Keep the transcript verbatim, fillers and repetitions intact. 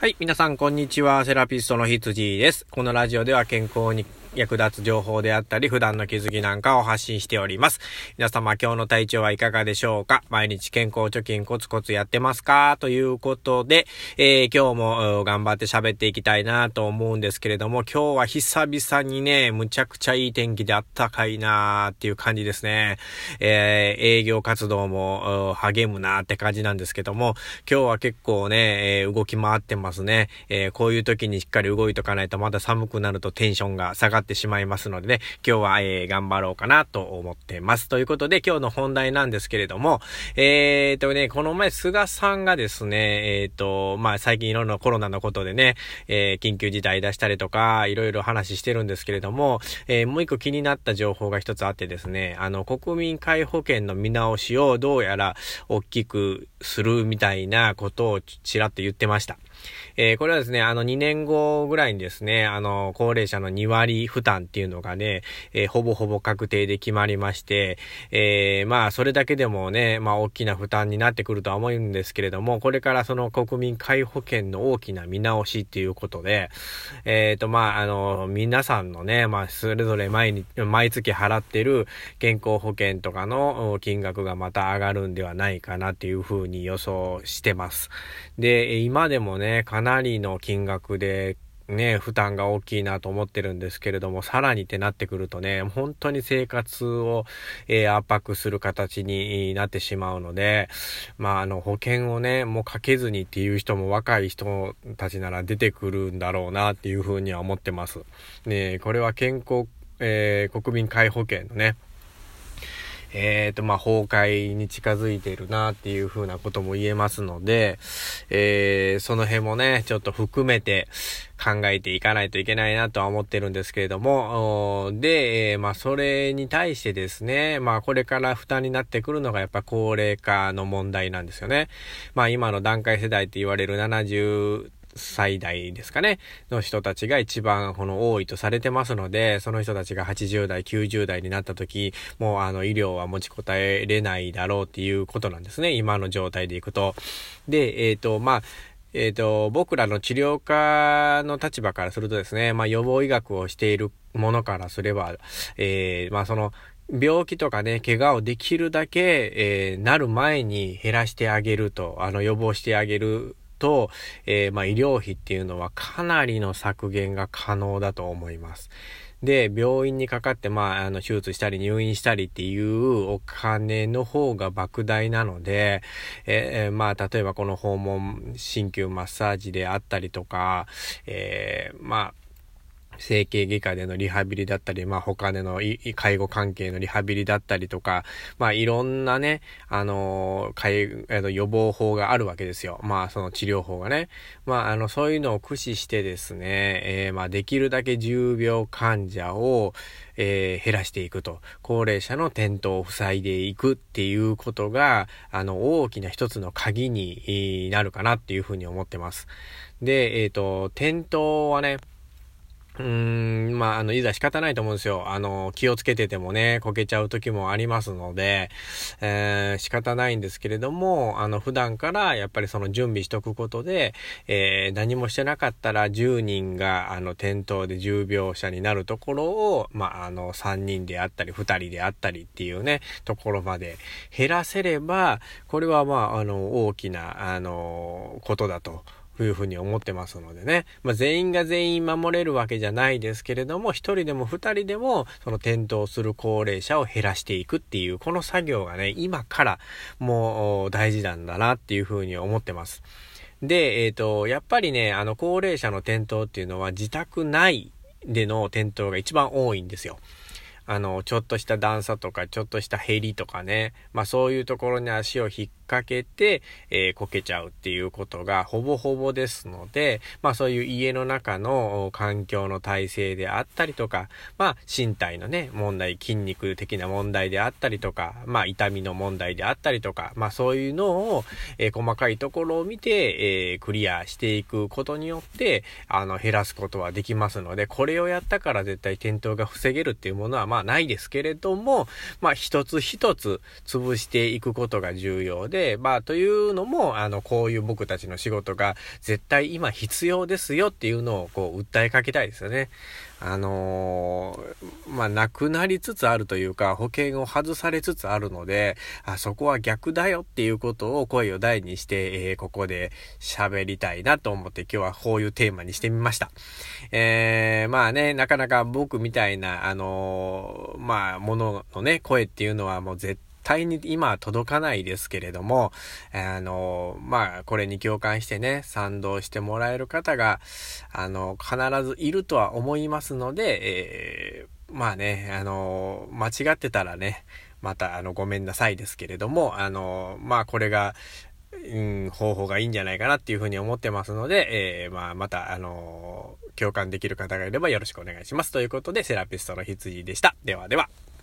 はい、皆さんこんにちは。セラピストのひつじです。このラジオでは健康に役立つ情報であったり普段の気づきなんかを発信しております。皆様今日の体調はいかがでしょうか？毎日健康貯金コツコツやってますか？ということで、えー、今日も頑張って喋っていきたいなと思うんですけれども、今日は久々にね、むちゃくちゃいい天気であったかいなーっていう感じですね。えー、営業活動も励むなーって感じなんですけども、今日は結構ね、えー、動き回ってますね。えー、こういう時にしっかり動いとかないとまだ寒くなるとテンションが下がってしまいますのでね、今日は、えー、頑張ろうかなと思ってます。ということで今日の本題なんですけれども、えーとね、この前菅さんがですね、えーと、まあ最近いろんなコロナのことでね、えー、緊急事態出したりとかいろいろ話してるんですけれども、えー、もう一個気になった情報が一つあってですね、あの国民皆保険の見直しをどうやら大きくするみたいなことをちらっと言ってました。えー、これはですね、あのにねんごぐらいにですね、あの高齢者のにわり負担っていうのがね、えー、ほぼほぼ確定で決まりまして、えー、まあそれだけでもね、まあ大きな負担になってくるとは思うんですけれども、これからその国民皆保険の大きな見直しっていうことで、えーとまああの皆さんのね、まあそれぞれ毎日毎月払ってる健康保険とかの金額がまた上がるんではないかなっていうふうに予想してます。で、今でもね、かなりの金額でね、負担が大きいなと思ってるんですけれども、さらにってなってくるとね、本当に生活を、えー、圧迫する形になってしまうので、まあ、あの、保険をね、もうかけずにっていう人も若い人たちなら出てくるんだろうなっていうふうには思ってます。ね、これは健康、えー、国民皆保険のね、えーと、まあ、崩壊に近づいているなっていうふうなことも言えますので、えー、その辺もね、ちょっと含めて考えていかないといけないなとは思ってるんですけれども、で、えー、まあ、それに対してですね、まあ、これから負担になってくるのがやっぱ高齢化の問題なんですよね。まあ、今の団塊世代って言われるななじゅう最大ですかねの人たちが一番この多いとされてますので、その人たちがはちじゅうだいきゅうじゅうだいになった時もうあの医療は持ちこたえれないだろうっていうことなんですね、今の状態でいくと。で、えっとまあえっと僕らの治療科の立場からするとですね、まあ予防医学をしているものからすれば、えー、まあその病気とかね、怪我をできるだけ、えー、なる前に減らしてあげると、あの予防してあげると、えー、まあ医療費っていうのはかなりの削減が可能だと思います。で、病院にかかって、まあ、あの、手術したり入院したりっていうお金の方が莫大なので、えー、まあ、例えばこの訪問鍼灸マッサージであったりとか、えー、まあ、整形外科でのリハビリだったり、まあ他での介護関係のリハビリだったりとか、まあいろんなね、あの、介予防法があるわけですよ。まあその治療法がね。まああの、そういうのを駆使してですね、えー、まあできるだけ重病患者を、えー、減らしていくと。高齢者の転倒を塞いでいくっていうことが、あの、大きな一つの鍵になるかなっていうふうに思ってます。で、えっと、転倒はね、うーん、まあ、あの、いざ仕方ないと思うんですよ。あの、気をつけててもね、こけちゃう時もありますので、えー、仕方ないんですけれども、あの、普段からやっぱりその準備しとくことで、えー、何もしてなかったらじゅうにんが、あの、転倒で重病者になるところを、まあ、あの、さんにんであったり、ふたりであったりっていうね、ところまで減らせれば、これはまあ、あの、大きな、あの、ことだと。いうふうに思ってますのでね。まあ、全員が全員守れるわけじゃないですけれども、一人でも二人でも、その転倒する高齢者を減らしていくっていう、この作業がね、今からもう大事なんだなっていうふうに思ってます。で、えっと、やっぱりね、あの、高齢者の転倒っていうのは自宅内での転倒が一番多いんですよ。あの、ちょっとした段差とか、ちょっとしたヘリとかね。まあそういうところに足を引っ掛けて、えー、こけちゃうっていうことがほぼほぼですので、まあそういう家の中の環境の体制であったりとか、まあ身体のね、問題、筋肉的な問題であったりとか、まあ痛みの問題であったりとか、まあそういうのを、えー、細かいところを見て、えー、クリアしていくことによって、あの、減らすことはできますので、これをやったから絶対転倒が防げるっていうものはまあないですけれども、まあ一つ一つ潰していくことが重要で、 で、まあ、というのも、あの、こういう僕たちの仕事が絶対今必要ですよっていうのを、こう、訴えかけたいですよね。あのー、まあ、なくなりつつあるというか、保険を外されつつあるので、あそこは逆だよっていうことを声を大にして、えー、ここで喋りたいなと思って今日はこういうテーマにしてみました。えー、まあね、なかなか僕みたいな、あのー、まあ、もののね、声っていうのはもう絶対絶対に今は届かないですけれども、あの、まあ、これに共感してね、賛同してもらえる方が、あの、必ずいるとは思いますので、えー、まあね、あの、間違ってたらね、また、あの、ごめんなさいですけれども、あの、まあ、これが、うん、方法がいいんじゃないかなっていうふうに思ってますので、えー、まあ、また、あの、共感できる方がいればよろしくお願いします。ということで、セラピストの羊でした。ではでは。